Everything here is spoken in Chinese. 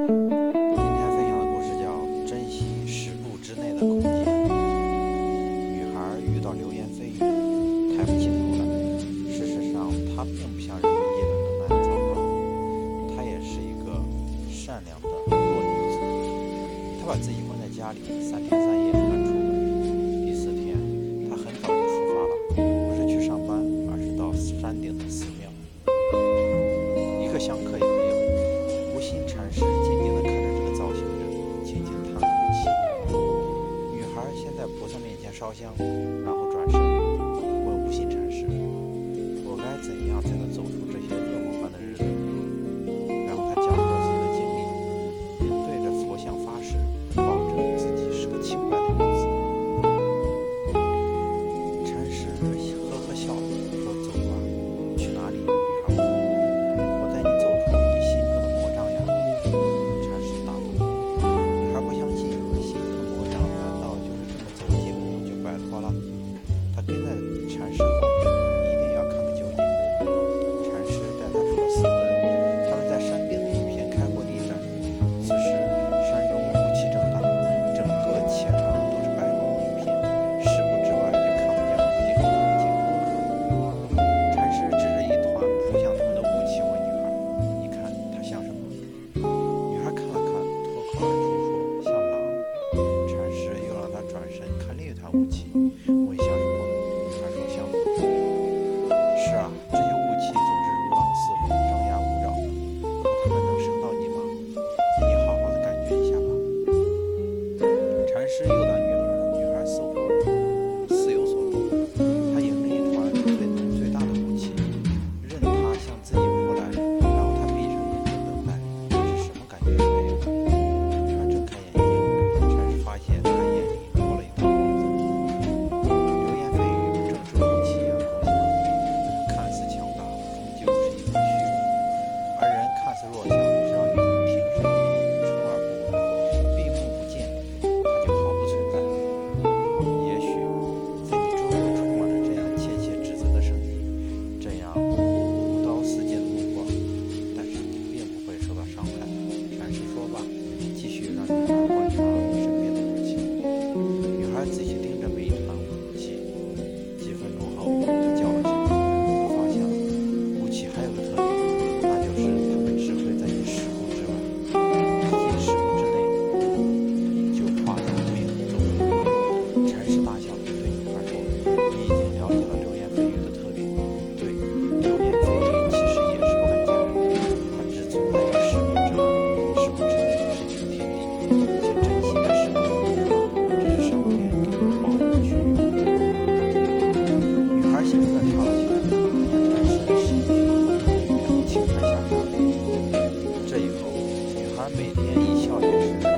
今天分享的故事叫《珍惜10步之内的空间》。女孩遇到流言蜚语，抬不起头来。事实上，她并不像人们议论的那样糟糕，她也是一个善良的弱女子。她把自己关在家里3天3夜，不敢出门。第4天，她很早就出发了，不是去上班，而是到山顶的寺庙。一个香客也没有。无心禅师静静地看着这个造型者，轻轻叹了口气。女孩先在菩萨面前烧香，然后转身问无心禅师：“我该怎样才能走出这些噩梦般的日子？”然后他讲述了自己的经历，并对着佛像发誓，保证自己是个清白的女子。禅师呵呵笑了，说：“走吧，去哪里？”女孩问。“我带你走出你心中的魔障呀。”禅师答道。女孩不相信，心中的魔障难道就是这么走几步就摆脱了？她跟在禅师后面，一定要看个究竟。禅师带她出了寺门，他们在山顶的一片开阔地上。此时山中雾气正大，整个前方都是白茫茫一片，10步之外就看不见路径和景色。禅师指着一团扑向他们的雾气问女孩：“你看它像什么？”女孩看了看，脱口而出说：“像狼。”禅师又让她转身看另一团雾气，问像什么？女孩说：“像鬼。”是啊，这些雾气总是如狼似虎，张牙舞爪的，可它们能伤到你吗？你好好的感觉一下吧。禅师又打女孩，女孩似有所动。她迎着一团最浓最大的雾气，任它向自己扑来，然后她闭上眼睛等待，是什么感觉也没有。女孩睁开眼睛，禅师发现她眼里多了一道光泽。流言蜚语不正是雾气一样东西吗？看似强大，终究是一种虚无；而人看似弱小，只要你挺身而出而不为，闭目不见，它就毫不存在。也许在你周围充满了这样窃窃指责的声音，这样如刀似剑的目光，但是你并不会受到伤害。禅师说罢，继续让女孩观察身边的雾气。女孩仔细盯着每一团雾气，几分钟后，她叫了起来：“我发现了，雾气还有个特点，那就是它们只会在你10步之外，近10步之内，就化成无影走了。”禅师大笑，对女孩说：“你已经了解了流言蜚语的特点。对，流言蜚语其实也是不敢见人的，它只存在于10步之外，10步之内是你的天地，请珍惜这10步的地方，这是上天给你的保护区域。”女孩兴奋地跳了起来，但是身体轻拍下沙。这以后，女孩每天以笑脸时